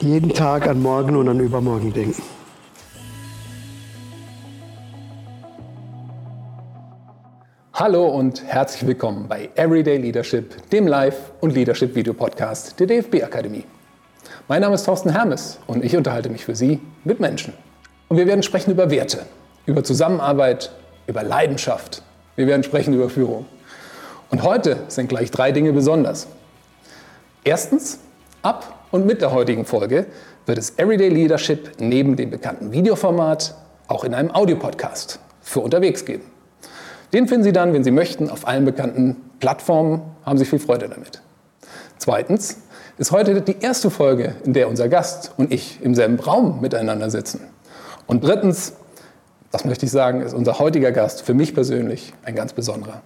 jeden Tag an morgen und an übermorgen denken. Hallo und herzlich willkommen bei Everyday Leadership, dem Live- und Leadership-Video-Podcast der DFB-Akademie. Mein Name ist Thorsten Hermes und ich unterhalte mich für Sie mit Menschen. Und wir werden sprechen über Werte, über Zusammenarbeit, über Leidenschaft. Wir werden sprechen über Führung. Und heute sind gleich 3 Dinge besonders. Erstens, ab und mit der heutigen Folge wird es Everyday Leadership neben dem bekannten Videoformat auch in einem Audiopodcast für unterwegs geben. Den finden Sie dann, wenn Sie möchten, auf allen bekannten Plattformen. Haben Sie viel Freude damit. Zweitens ist heute die erste Folge, in der unser Gast und ich im selben Raum miteinander sitzen. Und drittens, das möchte ich sagen, ist unser heutiger Gast für mich persönlich ein ganz besonderer.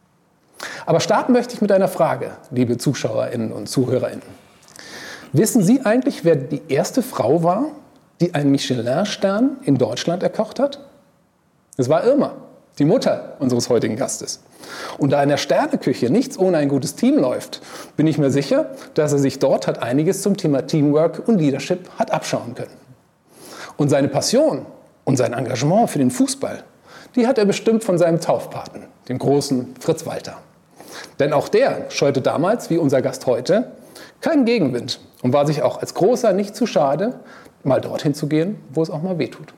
Aber starten möchte ich mit einer Frage, liebe ZuschauerInnen und ZuhörerInnen. Wissen Sie eigentlich, wer die erste Frau war, die einen Michelin-Stern in Deutschland erkocht hat? Es war Irma, die Mutter unseres heutigen Gastes. Und da in der Sterneküche nichts ohne ein gutes Team läuft, bin ich mir sicher, dass er sich dort hat einiges zum Thema Teamwork und Leadership hat abschauen können. Und seine Passion und sein Engagement für den Fußball, die hat er bestimmt von seinem Taufpaten, dem großen Fritz Walter. Denn auch der scheute damals, wie unser Gast heute, keinen Gegenwind und war sich auch als Großer nicht zu schade, mal dorthin zu gehen, wo es auch mal wehtut.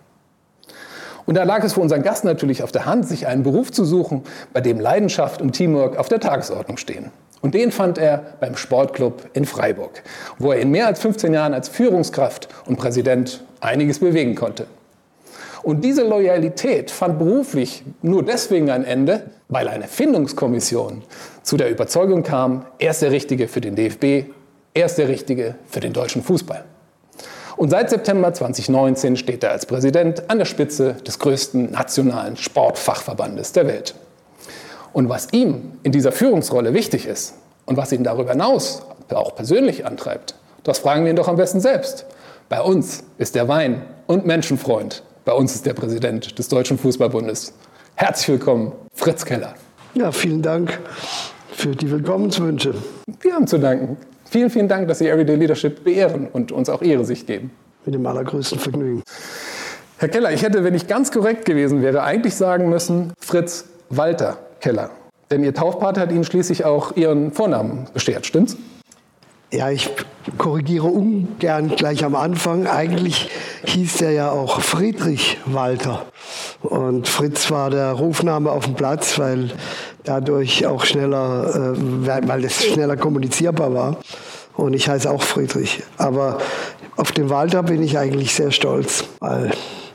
Und da lag es für unseren Gast natürlich auf der Hand, sich einen Beruf zu suchen, bei dem Leidenschaft und Teamwork auf der Tagesordnung stehen. Und den fand er beim Sportclub in Freiburg, wo er in mehr als 15 Jahren als Führungskraft und Präsident einiges bewegen konnte. Und diese Loyalität fand beruflich nur deswegen ein Ende, weil eine Findungskommission zu der Überzeugung kam, er ist der Richtige für den DFB, er ist der Richtige für den deutschen Fußball. Und seit September 2019 steht er als Präsident an der Spitze des größten nationalen Sportfachverbandes der Welt. Und was ihm in dieser Führungsrolle wichtig ist und was ihn darüber hinaus auch persönlich antreibt, das fragen wir ihn doch am besten selbst. Bei uns ist er Wein- und Menschenfreund. Bei uns ist der Präsident des Deutschen Fußballbundes. Herzlich willkommen, Fritz Keller. Ja, vielen Dank für die Willkommenswünsche. Wir haben zu danken. Vielen, vielen Dank, dass Sie Everyday Leadership beehren und uns auch Ihre Sicht geben. Mit dem allergrößten Vergnügen. Herr Keller, ich hätte, wenn ich ganz korrekt gewesen wäre, eigentlich sagen müssen, Fritz Walter Keller. Denn Ihr Taufpate hat Ihnen schließlich auch Ihren Vornamen beschert, stimmt's? Ja, ich korrigiere ungern gleich am Anfang. Eigentlich hieß der ja auch Friedrich Walter. Und Fritz war der Rufname auf dem Platz, weil dadurch auch schneller, weil es schneller kommunizierbar war. Und ich heiße auch Friedrich. Aber auf den Walter bin ich eigentlich sehr stolz, weil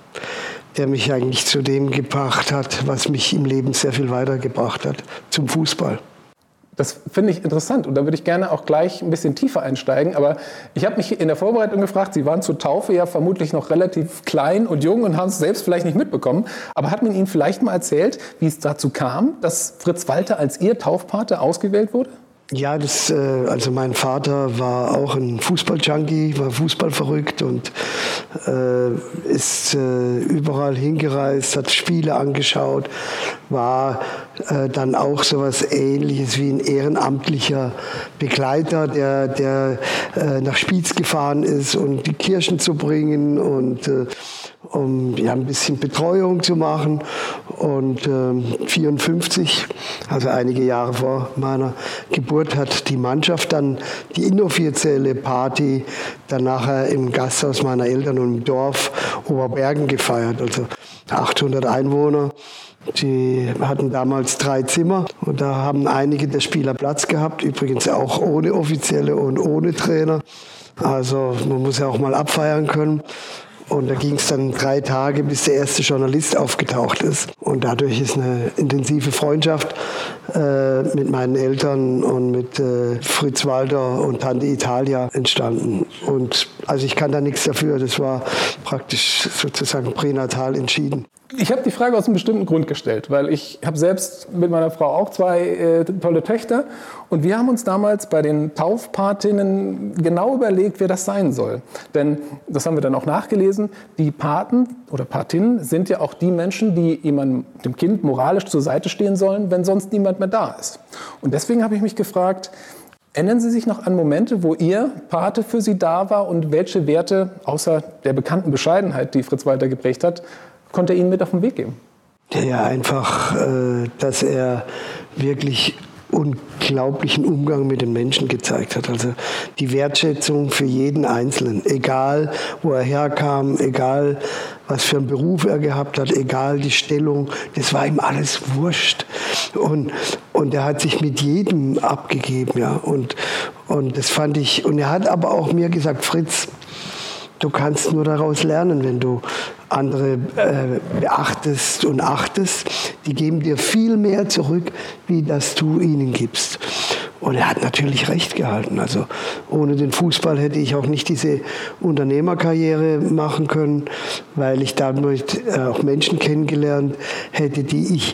der mich eigentlich zu dem gebracht hat, was mich im Leben sehr viel weitergebracht hat, zum Fußball. Das finde ich interessant und da würde ich gerne auch gleich ein bisschen tiefer einsteigen. Aber ich habe mich in der Vorbereitung gefragt, Sie waren zur Taufe ja vermutlich noch relativ klein und jung und haben es selbst vielleicht nicht mitbekommen. Aber hat man Ihnen vielleicht mal erzählt, wie es dazu kam, dass Fritz Walter als Ihr Taufpate ausgewählt wurde? Ja, also mein Vater war auch ein Fußballjunkie, war fußballverrückt und ist überall hingereist, hat Spiele angeschaut, war dann auch sowas Ähnliches wie ein ehrenamtlicher Begleiter, der nach Spiez gefahren ist, um die Kirschen zu bringen und um ja, ein bisschen Betreuung zu machen. Und 54, also einige Jahre vor meiner Geburt, hat die Mannschaft dann die inoffizielle Party dann nachher im Gasthaus meiner Eltern und im Dorf Oberbergen gefeiert. Also 800 Einwohner. Die hatten damals 3 Zimmer und da haben einige der Spieler Platz gehabt, übrigens auch ohne Offizielle und ohne Trainer. Also man muss ja auch mal abfeiern können. Und da ging es dann 3 Tage, bis der erste Journalist aufgetaucht ist. Und dadurch ist eine intensive Freundschaft mit meinen Eltern und mit Fritz Walter und Tante Italia entstanden. Und also ich kann da nichts dafür, das war praktisch sozusagen pränatal entschieden. Ich habe die Frage aus einem bestimmten Grund gestellt, weil ich habe selbst mit meiner Frau auch 2 tolle Töchter und wir haben uns damals bei den Taufpatinnen genau überlegt, wer das sein soll. Denn, das haben wir dann auch nachgelesen, die Paten oder Patinnen sind ja auch die Menschen, die dem Kind moralisch zur Seite stehen sollen, wenn sonst niemand mehr da ist. Und deswegen habe ich mich gefragt, Erinnern Sie sich noch an Momente, wo Ihr Pate für Sie da war und welche Werte, außer der bekannten Bescheidenheit, die Fritz Walter geprägt hat, konnte er Ihnen mit auf den Weg geben? Ja, einfach, dass er wirklich unglaublichen Umgang mit den Menschen gezeigt hat. Also die Wertschätzung für jeden Einzelnen, egal wo er herkam, egal was für einen Beruf er gehabt hat, egal die Stellung, das war ihm alles wurscht. Und er hat sich mit jedem abgegeben, ja. Und das fand ich, und er hat aber auch mir gesagt, Fritz, du kannst nur daraus lernen, wenn du andere beachtest und achtest. Die geben dir viel mehr zurück, wie dass du ihnen gibst. Und er hat natürlich recht gehalten. Also ohne den Fußball hätte ich auch nicht diese Unternehmerkarriere machen können, weil ich damit auch Menschen kennengelernt hätte, die ich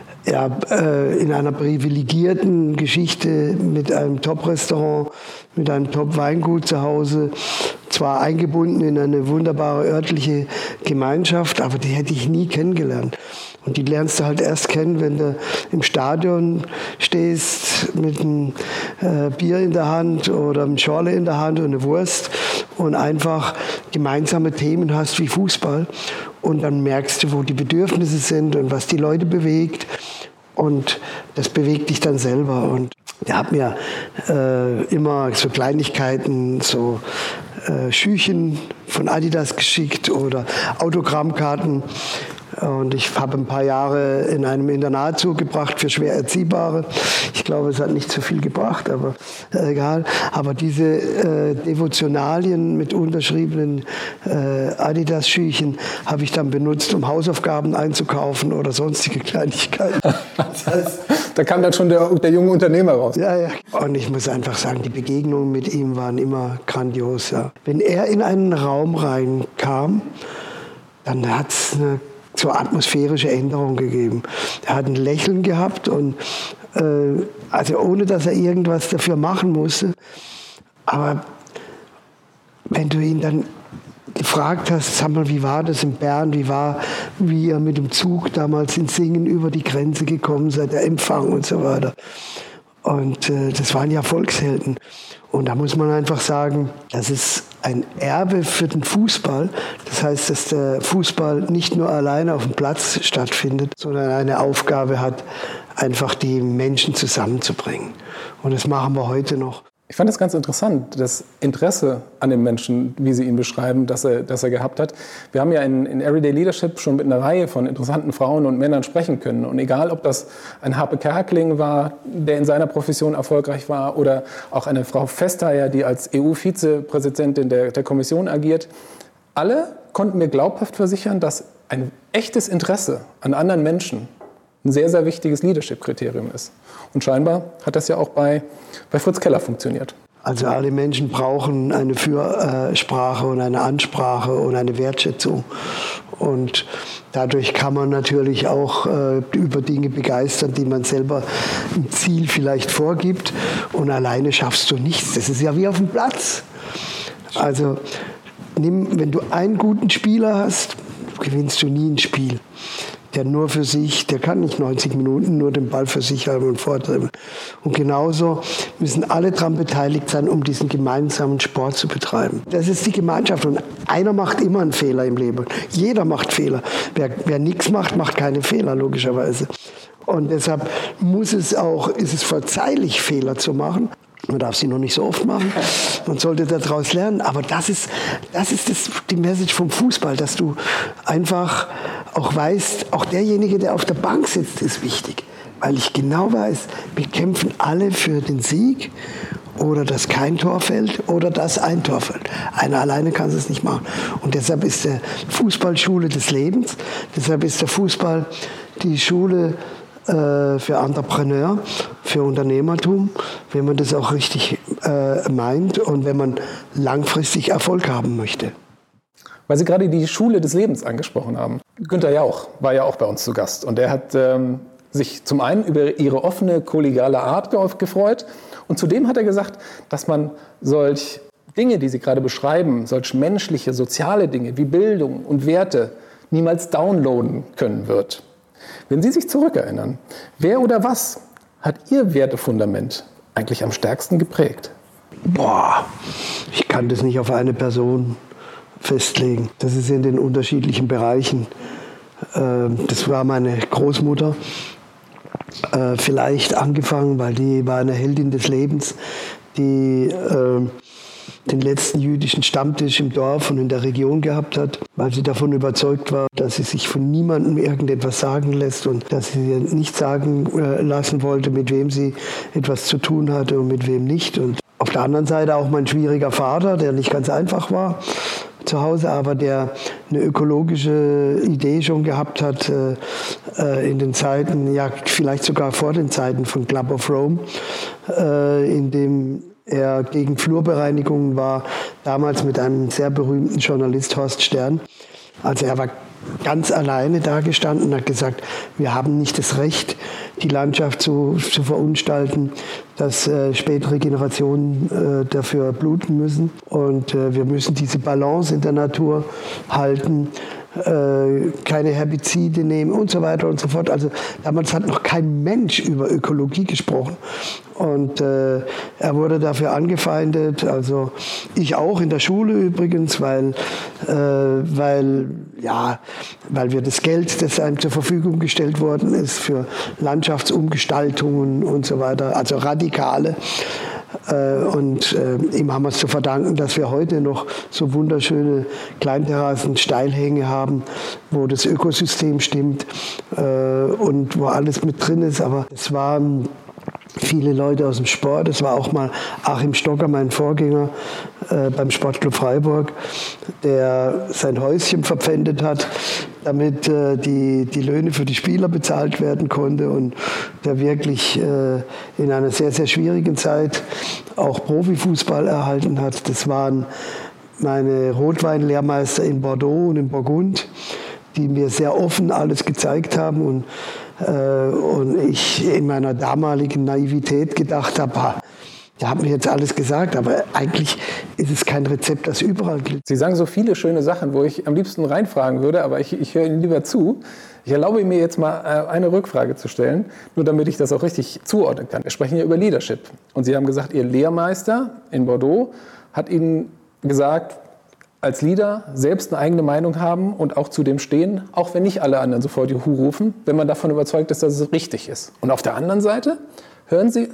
in einer privilegierten Geschichte mit einem Top-Restaurant, mit einem Top-Weingut zu Hause, zwar eingebunden in eine wunderbare örtliche Gemeinschaft, aber die hätte ich nie kennengelernt. Und die lernst du halt erst kennen, wenn du im Stadion stehst mit einem Bier in der Hand oder einem Schorle in der Hand und eine Wurst und einfach gemeinsame Themen hast wie Fußball. Und dann merkst du, wo die Bedürfnisse sind und was die Leute bewegt. Und das bewegt dich dann selber. Und der hat mir immer so Kleinigkeiten, so Schüchen von Adidas geschickt oder Autogrammkarten. Und ich habe ein paar Jahre in einem Internat zugebracht für schwer Erziehbare. Ich glaube, es hat nicht so viel gebracht, aber egal. Aber diese Devotionalien mit unterschriebenen Adidas-Schüchen habe ich dann benutzt, um Hausaufgaben einzukaufen oder sonstige Kleinigkeiten. Da kam dann schon der junge Unternehmer raus. Ja, ja. Und ich muss einfach sagen, die Begegnungen mit ihm waren immer grandios. Ja. Wenn er in einen Raum reinkam, dann hat es eine so atmosphärische Änderung gegeben. Er hat ein Lächeln gehabt und also ohne, dass er irgendwas dafür machen musste. Aber wenn du ihn dann gefragt hast, sag mal, wie war das in Bern, wie ihr mit dem Zug damals in Singen über die Grenze gekommen seid, der Empfang und so weiter. Und das waren ja Volkshelden. Und da muss man einfach sagen, das ist ein Erbe für den Fußball. Das heißt, dass der Fußball nicht nur alleine auf dem Platz stattfindet, sondern eine Aufgabe hat, einfach die Menschen zusammenzubringen. Und das machen wir heute noch. Ich fand das ganz interessant, das Interesse an den Menschen, wie Sie ihn beschreiben, das er gehabt hat. Wir haben ja in Everyday Leadership schon mit einer Reihe von interessanten Frauen und Männern sprechen können. Und egal, ob das ein Harpe Kerkeling war, der in seiner Profession erfolgreich war, oder auch eine Frau Vestager, die als EU-Vizepräsidentin der Kommission agiert, alle konnten mir glaubhaft versichern, dass ein echtes Interesse an anderen Menschen ein sehr, sehr wichtiges Leadership-Kriterium ist. Und scheinbar hat das ja auch bei Fritz Keller funktioniert. Also alle Menschen brauchen eine Fürsprache und eine Ansprache und eine Wertschätzung. Und dadurch kann man natürlich auch über Dinge begeistern, die man selber im Ziel vielleicht vorgibt. Und alleine schaffst du nichts. Das ist ja wie auf dem Platz. Also wenn du einen guten Spieler hast, gewinnst du nie ein Spiel. Der nur für sich, der kann nicht 90 Minuten nur den Ball für sich haben und vordribbeln. Und genauso müssen alle daran beteiligt sein, um diesen gemeinsamen Sport zu betreiben. Das ist die Gemeinschaft. Und einer macht immer einen Fehler im Leben. Jeder macht Fehler. Wer nichts macht, macht keine Fehler, logischerweise. Und deshalb ist es verzeihlich, Fehler zu machen. Man darf sie noch nicht so oft machen. Man sollte daraus lernen. Aber das ist die Message vom Fußball, dass du einfach auch weißt, auch derjenige, der auf der Bank sitzt, ist wichtig. Weil ich genau weiß, wir kämpfen alle für den Sieg oder dass kein Tor fällt oder dass ein Tor fällt. Einer alleine kann es nicht machen. Und deshalb ist der Fußball Schule des Lebens. Deshalb ist der Fußball die Schule für Entrepreneur, für Unternehmertum, wenn man das auch richtig meint und wenn man langfristig Erfolg haben möchte. Weil Sie gerade die Schule des Lebens angesprochen haben. Günther Jauch war ja auch bei uns zu Gast und er hat sich zum einen über Ihre offene, kollegiale Art gefreut und zudem hat er gesagt, dass man solch Dinge, die Sie gerade beschreiben, solch menschliche, soziale Dinge wie Bildung und Werte niemals downloaden können wird. Wenn Sie sich zurückerinnern, wer oder was hat Ihr Wertefundament eigentlich am stärksten geprägt? Boah, ich kann das nicht auf eine Person festlegen. Das ist in den unterschiedlichen Bereichen. Das war meine Großmutter. Vielleicht angefangen, weil die war eine Heldin des Lebens, die den letzten jüdischen Stammtisch im Dorf und in der Region gehabt hat, weil sie davon überzeugt war, dass sie sich von niemandem irgendetwas sagen lässt und dass sie nicht sagen lassen wollte, mit wem sie etwas zu tun hatte und mit wem nicht. Und auf der anderen Seite auch mein schwieriger Vater, der nicht ganz einfach war zu Hause, aber der eine ökologische Idee schon gehabt hat in den Zeiten, ja vielleicht sogar vor den Zeiten von Club of Rome, in dem er gegen Flurbereinigungen war, damals mit einem sehr berühmten Journalist Horst Stern. Also er war ganz alleine da gestanden und hat gesagt, wir haben nicht das Recht, die Landschaft zu verunstalten, dass spätere Generationen dafür bluten müssen. Und wir müssen diese Balance in der Natur halten, keine Herbizide nehmen und so weiter und so fort. Also damals hat noch kein Mensch über Ökologie gesprochen. Und er wurde dafür angefeindet, also ich auch in der Schule übrigens, weil wir das Geld, das einem zur Verfügung gestellt worden ist für Landschaftsumgestaltungen und so weiter, also radikale. Und ihm haben wir es zu verdanken, dass wir heute noch so wunderschöne Kleinterrassen, Steilhänge haben, wo das Ökosystem stimmt und wo alles mit drin ist. Aber es waren viele Leute aus dem Sport. Es war auch mal Achim Stocker, mein Vorgänger beim Sportclub Freiburg, der sein Häuschen verpfändet hat, damit die Löhne für die Spieler bezahlt werden konnte und der wirklich in einer sehr, sehr schwierigen Zeit auch Profifußball erhalten hat. Das waren meine Rotweinlehrmeister in Bordeaux und in Burgund, die mir sehr offen alles gezeigt haben und ich in meiner damaligen Naivität gedacht habe, der hat mir jetzt alles gesagt, aber eigentlich ist es kein Rezept, das überall gilt. Sie sagen so viele schöne Sachen, wo ich am liebsten reinfragen würde, aber ich höre Ihnen lieber zu. Ich erlaube mir jetzt mal eine Rückfrage zu stellen, nur damit ich das auch richtig zuordnen kann. Wir sprechen ja über Leadership und Sie haben gesagt, Ihr Lehrmeister in Bordeaux hat Ihnen gesagt, als Leader selbst eine eigene Meinung haben und auch zu dem stehen, auch wenn nicht alle anderen sofort Juhu rufen, wenn man davon überzeugt ist, dass es richtig ist. Und auf der anderen Seite hören Sie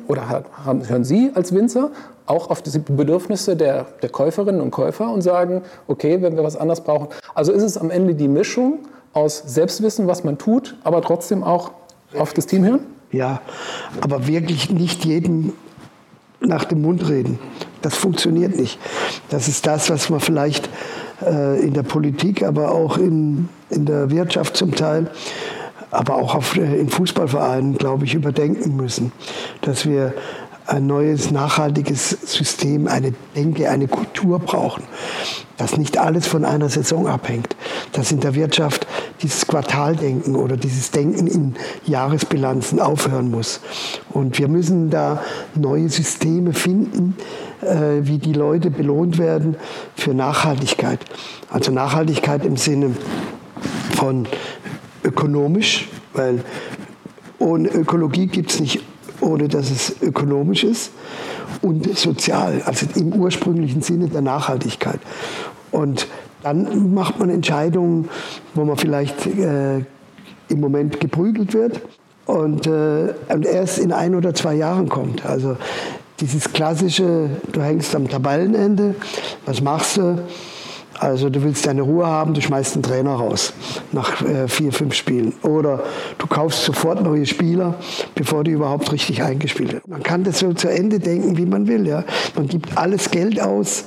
als Winzer auch auf die Bedürfnisse der Käuferinnen und Käufer und sagen, okay, wenn wir was anderes brauchen. Also ist es am Ende die Mischung aus Selbstwissen, was man tut, aber trotzdem auch auf das Team hören? Ja, aber wirklich nicht jeden nach dem Mund reden. Das funktioniert nicht. Das ist das, was man vielleicht in der Politik, aber auch in der Wirtschaft zum Teil, aber auch in Fußballvereinen, glaube ich, überdenken müssen. Dass wir ein neues, nachhaltiges System, eine Denke, eine Kultur brauchen. Dass nicht alles von einer Saison abhängt. Dass in der Wirtschaft dieses Quartaldenken oder dieses Denken in Jahresbilanzen aufhören muss. Und wir müssen da neue Systeme finden, wie die Leute belohnt werden für Nachhaltigkeit. Also Nachhaltigkeit im Sinne von ökonomisch, weil ohne Ökologie gibt es nicht, ohne dass es ökonomisch ist, und sozial, also im ursprünglichen Sinne der Nachhaltigkeit. Und dann macht man Entscheidungen, wo man vielleicht im Moment geprügelt wird und erst in 1 oder 2 Jahren kommt. Also dieses klassische, du hängst am Tabellenende, was machst du? Also du willst deine Ruhe haben, du schmeißt einen Trainer raus nach 4, 5 Spielen. Oder du kaufst sofort neue Spieler, bevor die überhaupt richtig eingespielt werden. Man kann das so zu Ende denken, wie man will. Ja? Man gibt alles Geld aus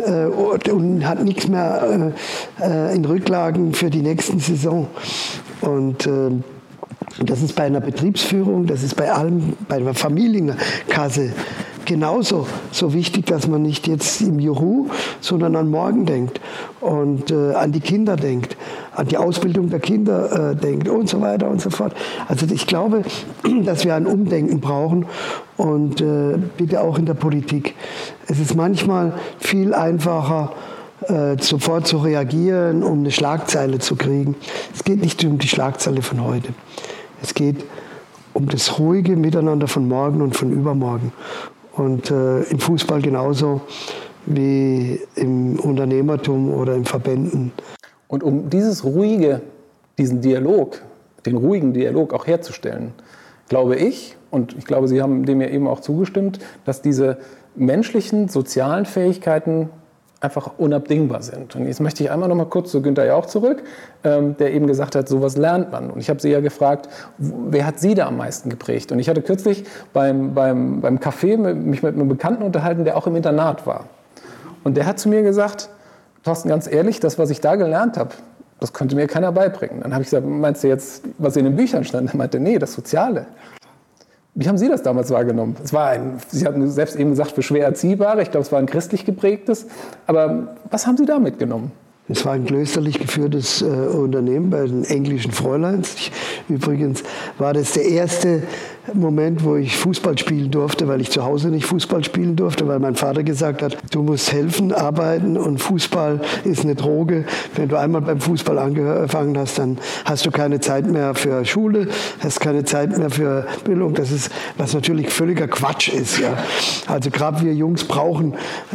und hat nichts mehr in Rücklagen für die nächsten Saison. Und das ist bei einer Betriebsführung, das ist bei allem, bei einer Familienkasse genauso so wichtig, dass man nicht jetzt im Juhu, sondern an morgen denkt und an die Kinder denkt, an die Ausbildung der Kinder denkt und so weiter und so fort. Also ich glaube, dass wir ein Umdenken brauchen und bitte auch in der Politik. Es ist manchmal viel einfacher, sofort zu reagieren, um eine Schlagzeile zu kriegen. Es geht nicht um die Schlagzeile von heute. Es geht um das ruhige Miteinander von morgen und von übermorgen. Und im Fußball genauso wie im Unternehmertum oder in Verbänden. Und um diesen Dialog, den ruhigen Dialog auch herzustellen, glaube ich, und ich glaube, Sie haben dem ja eben auch zugestimmt, dass diese menschlichen, sozialen Fähigkeiten einfach unabdingbar sind. Und jetzt möchte ich einmal noch mal kurz zu Günther Jauch zurück, der eben gesagt hat, sowas lernt man. Und ich habe Sie ja gefragt, wer hat Sie da am meisten geprägt? Und ich hatte kürzlich beim Café mich mit einem Bekannten unterhalten, der auch im Internat war. Und der hat zu mir gesagt, Thorsten, ganz ehrlich, das, was ich da gelernt habe, das könnte mir keiner beibringen. Dann habe ich gesagt, meinst du jetzt, was in den Büchern stand? Er meinte, nee, das Soziale. Wie haben Sie das damals wahrgenommen? Sie hatten selbst eben gesagt, für schwer Erziehbare. Ich glaube, es war ein christlich geprägtes. Aber was haben Sie da mitgenommen? Es war ein klösterlich geführtes Unternehmen bei den englischen Fräuleins. Übrigens war das der erste Moment, wo ich Fußball spielen durfte, weil ich zu Hause nicht Fußball spielen durfte, weil mein Vater gesagt hat, du musst helfen, arbeiten und Fußball ist eine Droge. Wenn du einmal beim Fußball angefangen hast, dann hast du keine Zeit mehr für Schule, hast keine Zeit mehr für Bildung. Das ist, was natürlich völliger Quatsch ist. Ja. Also gerade wir Jungs brauchen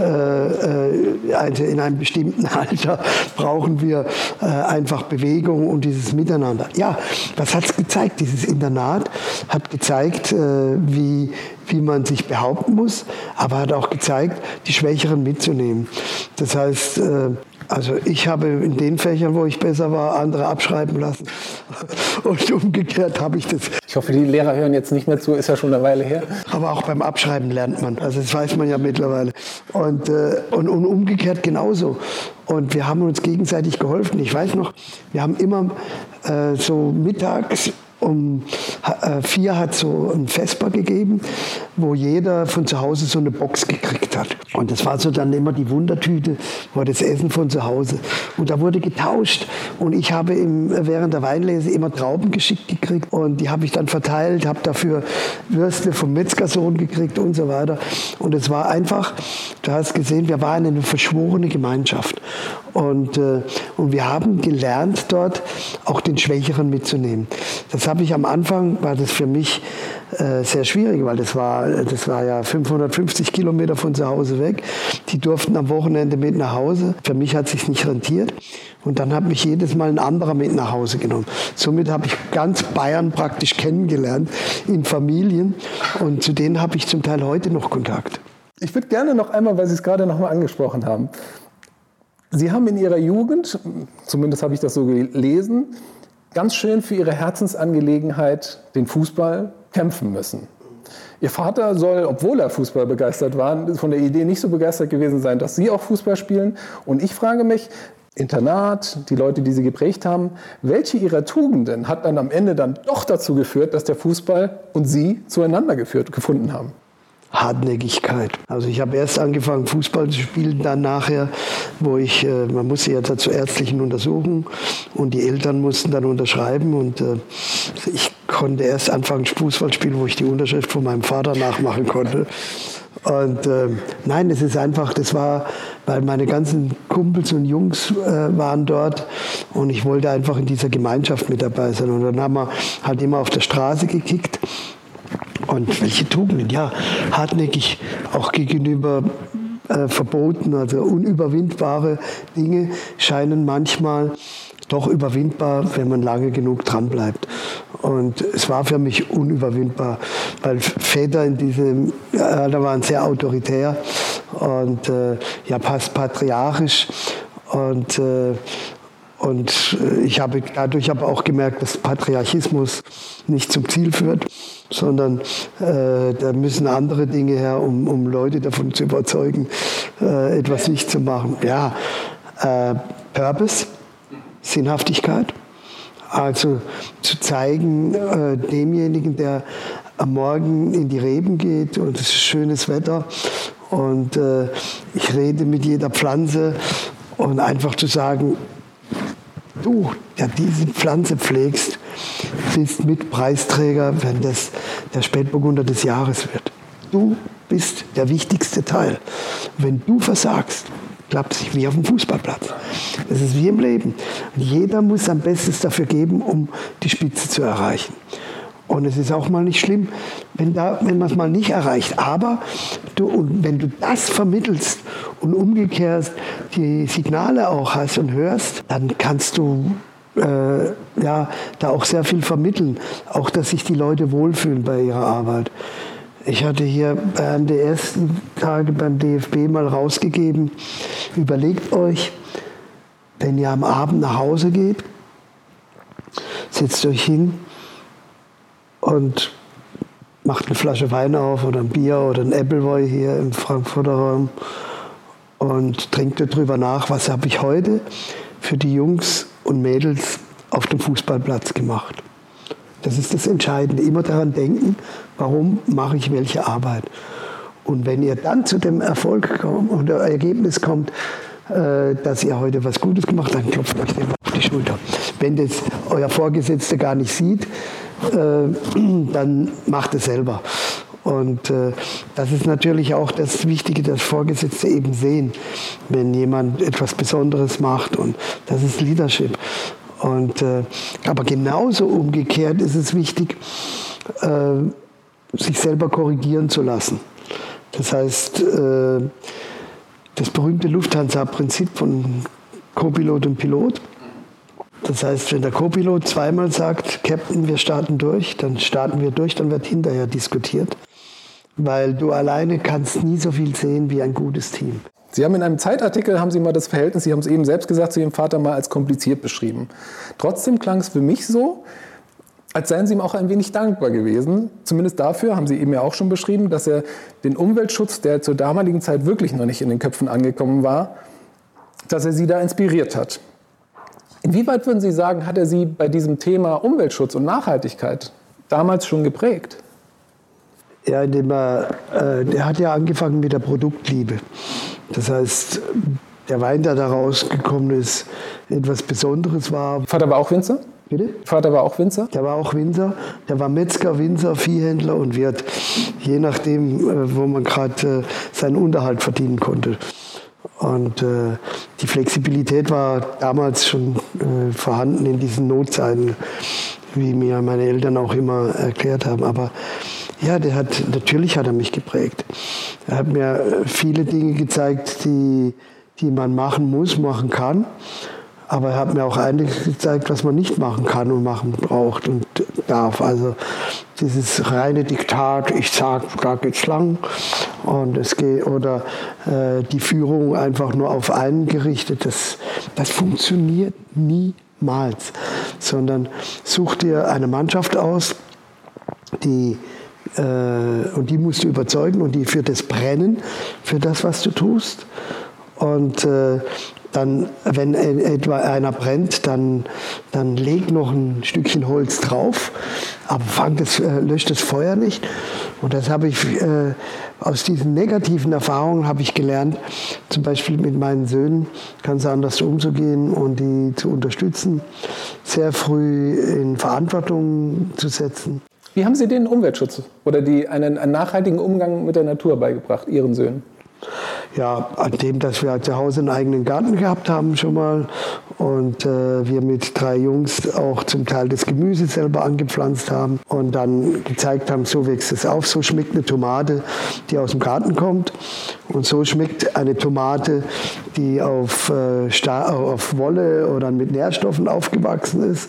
in einem bestimmten Alter brauchen wir einfach Bewegung und dieses Miteinander. Ja, was hat es gezeigt? Dieses Internat hat gezeigt, wie man sich behaupten muss, aber hat auch gezeigt, die Schwächeren mitzunehmen. Das heißt, also ich habe in den Fächern, wo ich besser war, andere abschreiben lassen. Und umgekehrt habe ich das. Ich hoffe, die Lehrer hören jetzt nicht mehr zu, ist ja schon eine Weile her. Aber auch beim Abschreiben lernt man. Also das weiß man ja mittlerweile. Und umgekehrt genauso. Und wir haben uns gegenseitig geholfen. Ich weiß noch, wir haben immer so mittags um 4 hat so ein Vesper gegeben, wo jeder von zu Hause so eine Box gekriegt hat. Und das war so dann immer die Wundertüte, war das Essen von zu Hause. Und da wurde getauscht. Und ich habe während der Weinlese immer Trauben geschickt gekriegt. Und die habe ich dann verteilt, habe dafür Würste vom Metzgersohn gekriegt und so weiter. Und es war einfach, du hast gesehen, wir waren eine verschworene Gemeinschaft. Und wir haben gelernt, dort auch den Schwächeren mitzunehmen. Das habe ich am Anfang, war das für mich sehr schwierig, weil das war ja 550 Kilometer von zu Hause weg. Die durften am Wochenende mit nach Hause. Für mich hat es sich nicht rentiert. Und dann hat mich jedes Mal ein anderer mit nach Hause genommen. Somit habe ich ganz Bayern praktisch kennengelernt in Familien. Und zu denen habe ich zum Teil heute noch Kontakt. Ich würde gerne noch einmal, weil Sie es gerade noch mal angesprochen haben, Sie haben in Ihrer Jugend, zumindest habe ich das so gelesen, ganz schön für Ihre Herzensangelegenheit, den Fußball, kämpfen müssen. Ihr Vater soll, obwohl er Fußball begeistert war, von der Idee nicht so begeistert gewesen sein, dass Sie auch Fußball spielen. Und ich frage mich, Internat, die Leute, die Sie geprägt haben, welche Ihrer Tugenden hat dann am Ende dann doch dazu geführt, dass der Fußball und Sie zueinander gefunden haben? Hartnäckigkeit. Also ich habe erst angefangen, Fußball zu spielen, dann nachher, man musste ja zu ärztlichen Untersuchungen und die Eltern mussten dann unterschreiben und ich konnte erst anfangen, Fußball spielen, wo ich die Unterschrift von meinem Vater nachmachen konnte. Und nein, es ist einfach, das war, weil meine ganzen Kumpels und Jungs waren dort und ich wollte einfach in dieser Gemeinschaft mit dabei sein. Und dann haben wir halt immer auf der Straße gekickt. Und welche Tugenden? Ja, hartnäckig auch gegenüber Verboten, also unüberwindbare Dinge scheinen manchmal doch überwindbar, wenn man lange genug dran bleibt. Und es war für mich unüberwindbar, weil Väter in diesem Alter waren sehr autoritär und ja, fast patriarchisch und ich habe dadurch aber auch gemerkt, dass Patriarchismus nicht zum Ziel führt, sondern da müssen andere Dinge her, um Leute davon zu überzeugen, etwas nicht zu machen. Ja, Purpose, Sinnhaftigkeit, also zu zeigen, demjenigen, der am Morgen in die Reben geht und es ist schönes Wetter und ich rede mit jeder Pflanze und einfach zu sagen, du, der diese Pflanze pflegst, bist Mitpreisträger, wenn das der Spätburgunder des Jahres wird. Du bist der wichtigste Teil. Wenn du versagst, klappt es nicht wie auf dem Fußballplatz. Es ist wie im Leben. Und jeder muss sein Bestes dafür geben, um die Spitze zu erreichen. Und es ist auch mal nicht schlimm, wenn man es mal nicht erreicht. Aber wenn du das vermittelst und umgekehrt die Signale auch hast und hörst, dann kannst du da auch sehr viel vermitteln. Auch, dass sich die Leute wohlfühlen bei ihrer Arbeit. Ich hatte hier bei einem der ersten Tage beim DFB mal rausgegeben, überlegt euch, wenn ihr am Abend nach Hause geht, setzt euch hin und macht eine Flasche Wein auf oder ein Bier oder ein Appleboy hier im Frankfurter Raum und trinkt darüber nach, was habe ich heute für die Jungs und Mädels auf dem Fußballplatz gemacht. Das ist das Entscheidende. Immer daran denken, warum mache ich welche Arbeit. Und wenn ihr dann zu dem Erfolg kommt und dem Ergebnis kommt, dass ihr heute was Gutes gemacht habt, dann klopft euch dem auf die Schulter. Wenn das euer Vorgesetzter gar nicht sieht, dann macht es selber. Und das ist natürlich auch das Wichtige, dass Vorgesetzte eben sehen, wenn jemand etwas Besonderes macht. Und das ist Leadership. Aber genauso umgekehrt ist es wichtig, sich selber korrigieren zu lassen. Das heißt, das berühmte Lufthansa-Prinzip von Co-Pilot und Pilot. Das heißt, wenn der Co-Pilot zweimal sagt, Captain, wir starten durch, dann starten wir durch, dann wird hinterher diskutiert. Weil du alleine kannst nie so viel sehen wie ein gutes Team. Sie haben in einem Zeitartikel, haben Sie mal das Verhältnis, Sie haben es eben selbst gesagt, zu Ihrem Vater mal als kompliziert beschrieben. Trotzdem klang es für mich so, als seien Sie ihm auch ein wenig dankbar gewesen. Zumindest dafür, haben Sie eben ja auch schon beschrieben, dass er den Umweltschutz, der zur damaligen Zeit wirklich noch nicht in den Köpfen angekommen war, dass er Sie da inspiriert hat. Inwieweit würden Sie sagen, hat er Sie bei diesem Thema Umweltschutz und Nachhaltigkeit damals schon geprägt? Ja, der hat ja angefangen mit der Produktliebe. Das heißt, der Wein, der da rausgekommen ist, etwas Besonderes war. Vater war auch Winzer? Bitte? Vater war auch Winzer? Der war auch Winzer. Der war Metzger, Winzer, Viehhändler und Wirt. Je nachdem, wo man gerade seinen Unterhalt verdienen konnte. Und die Flexibilität war damals schon vorhanden in diesen Notzeiten, wie mir meine Eltern auch immer erklärt haben. Aber ja, natürlich hat er mich geprägt. Er hat mir viele Dinge gezeigt, die man machen muss, machen kann. Aber er hat mir auch einiges gezeigt, was man nicht machen kann und machen braucht und darf. Also dieses reine Diktat, ich sag, da geht's lang und es geht, oder die Führung einfach nur auf einen gerichtet, das funktioniert niemals. Sondern such dir eine Mannschaft aus, und die musst du überzeugen und die für das brennen, für das, was du tust. Und dann, wenn etwa einer brennt, dann leg noch ein Stückchen Holz drauf, aber löscht das Feuer nicht. Und das habe ich aus diesen negativen Erfahrungen habe ich gelernt, zum Beispiel mit meinen Söhnen ganz anders umzugehen und die zu unterstützen, sehr früh in Verantwortung zu setzen. Wie haben Sie den Umweltschutz oder einen nachhaltigen Umgang mit der Natur beigebracht, Ihren Söhnen? Ja, an dem, dass wir zu Hause einen eigenen Garten gehabt haben schon mal und wir mit 3 Jungs auch zum Teil das Gemüse selber angepflanzt haben und dann gezeigt haben, so wächst es auf, so schmeckt eine Tomate, die aus dem Garten kommt und so schmeckt eine Tomate, die auf Wolle oder mit Nährstoffen aufgewachsen ist.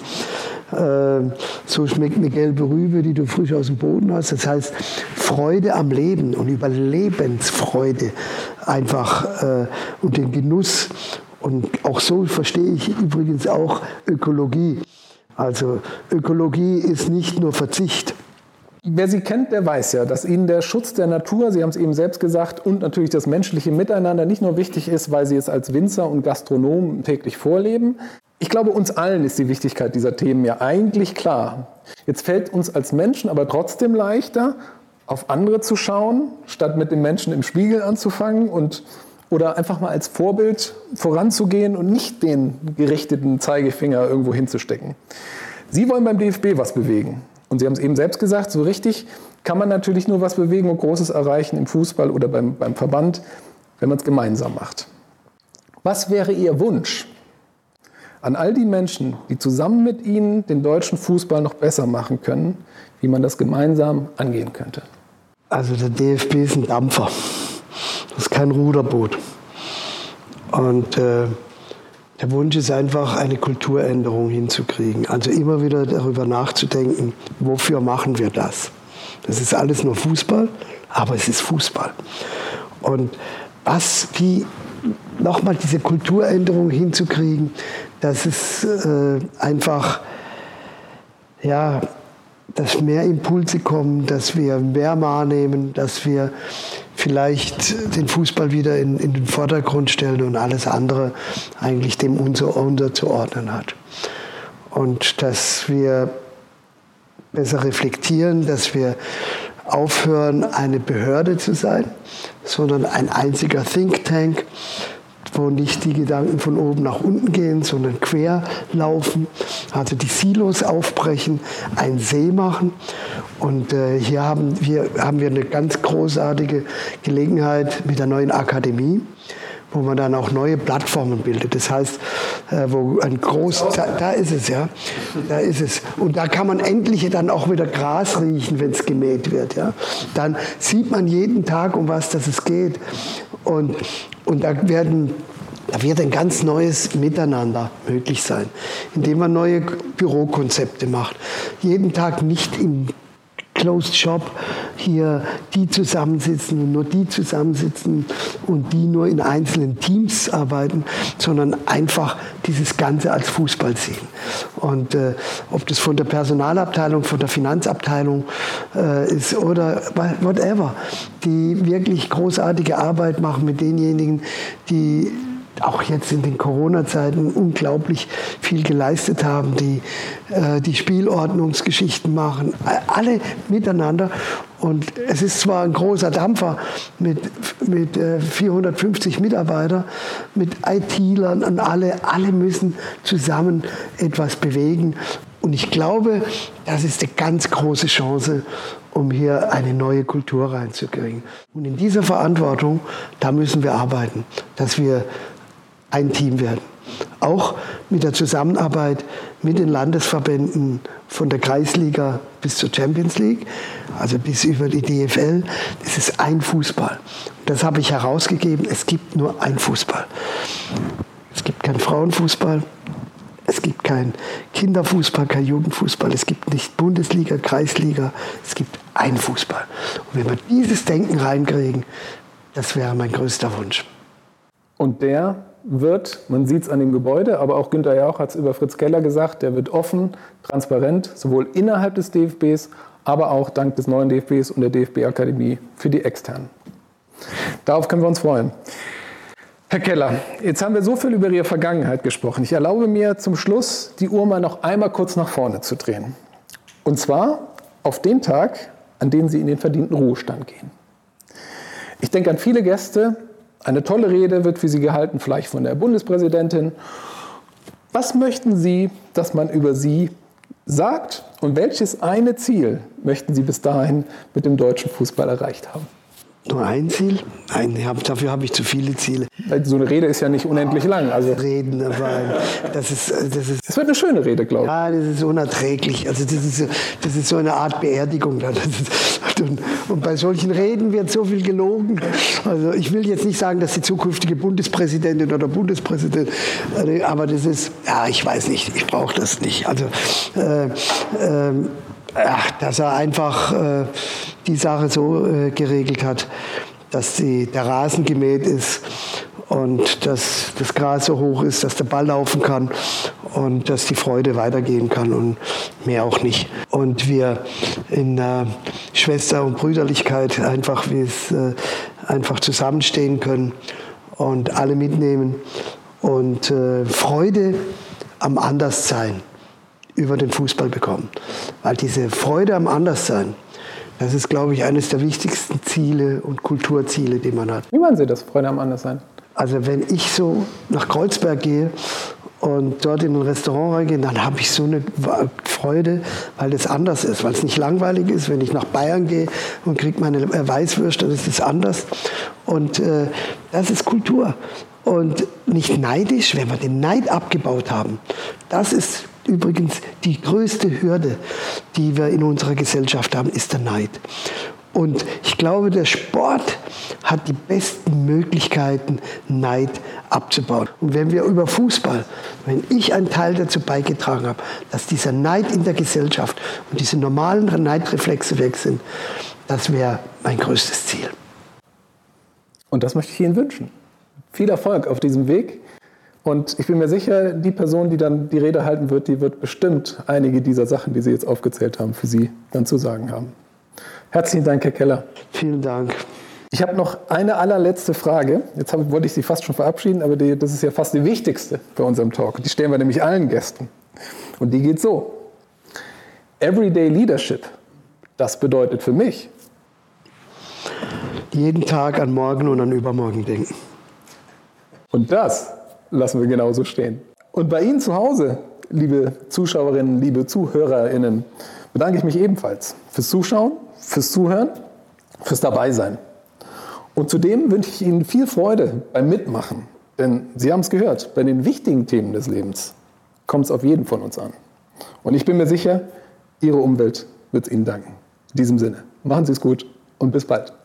So schmeckt eine gelbe Rübe, die du frisch aus dem Boden hast. Das heißt, Freude am Leben und Überlebensfreude einfach und den Genuss. Und auch so verstehe ich übrigens auch Ökologie. Also Ökologie ist nicht nur Verzicht. Wer Sie kennt, der weiß ja, dass Ihnen der Schutz der Natur, Sie haben es eben selbst gesagt, und natürlich das menschliche Miteinander nicht nur wichtig ist, weil Sie es als Winzer und Gastronom täglich vorleben. Ich glaube, uns allen ist die Wichtigkeit dieser Themen ja eigentlich klar. Jetzt fällt uns als Menschen aber trotzdem leichter, auf andere zu schauen, statt mit den Menschen im Spiegel anzufangen oder einfach mal als Vorbild voranzugehen und nicht den gerichteten Zeigefinger irgendwo hinzustecken. Sie wollen beim DFB was bewegen. Und Sie haben es eben selbst gesagt, so richtig kann man natürlich nur was bewegen und Großes erreichen im Fußball oder beim Verband, wenn man es gemeinsam macht. Was wäre Ihr Wunsch? an all die Menschen, die zusammen mit Ihnen den deutschen Fußball noch besser machen können, wie man das gemeinsam angehen könnte? Also der DFB ist ein Dampfer. Das ist kein Ruderboot. Und der Wunsch ist einfach, eine Kulturänderung hinzukriegen. Also immer wieder darüber nachzudenken, wofür machen wir das? Das ist alles nur Fußball, aber es ist Fußball. Und wie nochmal diese Kulturänderung hinzukriegen, dass es einfach, ja, dass mehr Impulse kommen, dass wir mehr wahrnehmen, dass wir vielleicht den Fußball wieder in den Vordergrund stellen und alles andere eigentlich dem unterzuordnen hat. Und dass wir besser reflektieren, dass wir aufhören, eine Behörde zu sein, sondern ein einziger Think Tank, wo nicht die Gedanken von oben nach unten gehen, sondern quer laufen, also die Silos aufbrechen, einen See machen. Und hier haben wir eine ganz großartige Gelegenheit mit der neuen Akademie, wo man dann auch neue Plattformen bildet. Das heißt, da ist es, ja, da ist es. Und da kann man endlich dann auch wieder Gras riechen, wenn es gemäht wird, ja. Dann sieht man jeden Tag, um was es geht. Und da wird ein ganz neues Miteinander möglich sein, indem man neue Bürokonzepte macht. Jeden Tag nicht im Closed Shop hier die zusammensitzen und nur die zusammensitzen und die nur in einzelnen Teams arbeiten, sondern einfach dieses Ganze als Fußball sehen. Und ob das von der Personalabteilung, von der Finanzabteilung ist oder whatever, die wirklich großartige Arbeit machen mit denjenigen, die auch jetzt in den Corona-Zeiten unglaublich viel geleistet haben, die Spielordnungsgeschichten machen, alle miteinander. Und es ist zwar ein großer Dampfer mit 450 Mitarbeitern, mit IT-Lern und alle müssen zusammen etwas bewegen. Und ich glaube, das ist eine ganz große Chance, um hier eine neue Kultur reinzukriegen. Und in dieser Verantwortung, da müssen wir arbeiten, dass wir ein Team werden. Auch mit der Zusammenarbeit mit den Landesverbänden von der Kreisliga bis zur Champions League, also bis über die DFL. Das ist ein Fußball. Das habe ich herausgegeben. Es gibt nur ein Fußball. Es gibt keinen Frauenfußball. Es gibt keinen Kinderfußball, keinen Jugendfußball. Es gibt nicht Bundesliga, Kreisliga. Es gibt einen Fußball. Und wenn wir dieses Denken reinkriegen, das wäre mein größter Wunsch. Und der wird, man sieht es an dem Gebäude, aber auch Günther Jauch hat es über Fritz Keller gesagt, der wird offen, transparent, sowohl innerhalb des DFBs, aber auch dank des neuen DFBs und der DFB-Akademie für die Externen. Darauf können wir uns freuen. Herr Keller, jetzt haben wir so viel über Ihre Vergangenheit gesprochen. Ich erlaube mir zum Schluss, die Uhr mal noch einmal kurz nach vorne zu drehen. Und zwar auf den Tag, an dem Sie in den verdienten Ruhestand gehen. Ich denke an viele Gäste. Eine tolle Rede wird für Sie gehalten, vielleicht von der Bundespräsidentin. Was möchten Sie, dass man über Sie sagt und welches eine Ziel möchten Sie bis dahin mit dem deutschen Fußball erreicht haben? Nur ein Ziel? Nein, dafür habe ich zu viele Ziele. So eine Rede ist ja nicht unendlich lang. Also Reden, aber das wird eine schöne Rede, glaube ich. Ja, das ist unerträglich. Also das ist so eine Art Beerdigung. Und bei solchen Reden wird so viel gelogen. Also ich will jetzt nicht sagen, dass die zukünftige Bundespräsidentin oder Bundespräsident, aber das ist, ja, ich weiß nicht, ich brauche das nicht. Also dass er einfach die Sache so geregelt hat, dass der Rasen gemäht ist und dass das Gras so hoch ist, dass der Ball laufen kann und dass die Freude weitergehen kann und mehr auch nicht. Und wir in Schwester- und Brüderlichkeit einfach zusammenstehen können und alle mitnehmen und Freude am Anderssein über den Fußball bekommen. Weil diese Freude am Anderssein, das ist, glaube ich, eines der wichtigsten Ziele und Kulturziele, die man hat. Wie meinen Sie das, Freude am Anderssein? Also wenn ich so nach Kreuzberg gehe und dort in ein Restaurant reingehe, dann habe ich so eine Freude, weil es anders ist, weil es nicht langweilig ist. Wenn ich nach Bayern gehe und kriege meine Weißwürste, dann ist es anders. Und das ist Kultur. und nicht neidisch, wenn wir den Neid abgebaut haben. Das ist übrigens die größte Hürde, die wir in unserer Gesellschaft haben, ist der Neid. Und ich glaube, der Sport hat die besten Möglichkeiten, Neid abzubauen. Und wenn wir über Fußball, wenn ich einen Teil dazu beigetragen habe, dass dieser Neid in der Gesellschaft und diese normalen Neidreflexe weg sind, das wäre mein größtes Ziel. Und das möchte ich Ihnen wünschen. Viel Erfolg auf diesem Weg. Und ich bin mir sicher, die Person, die dann die Rede halten wird, die wird bestimmt einige dieser Sachen, die Sie jetzt aufgezählt haben, für Sie dann zu sagen haben. Herzlichen Dank, Herr Keller. Vielen Dank. Ich habe noch eine allerletzte Frage. Jetzt wollte ich Sie fast schon verabschieden, aber das ist ja fast die wichtigste bei unserem Talk. Die stellen wir nämlich allen Gästen. Und die geht so. Everyday Leadership, das bedeutet für mich: jeden Tag an morgen und an übermorgen denken. Und das lassen wir genauso stehen. Und bei Ihnen zu Hause, liebe Zuschauerinnen, liebe ZuhörerInnen, bedanke ich mich ebenfalls fürs Zuschauen, fürs Zuhören, fürs Dabeisein. Und zudem wünsche ich Ihnen viel Freude beim Mitmachen. Denn Sie haben es gehört, bei den wichtigen Themen des Lebens kommt es auf jeden von uns an. Und ich bin mir sicher, Ihre Umwelt wird es Ihnen danken. In diesem Sinne, machen Sie es gut und bis bald.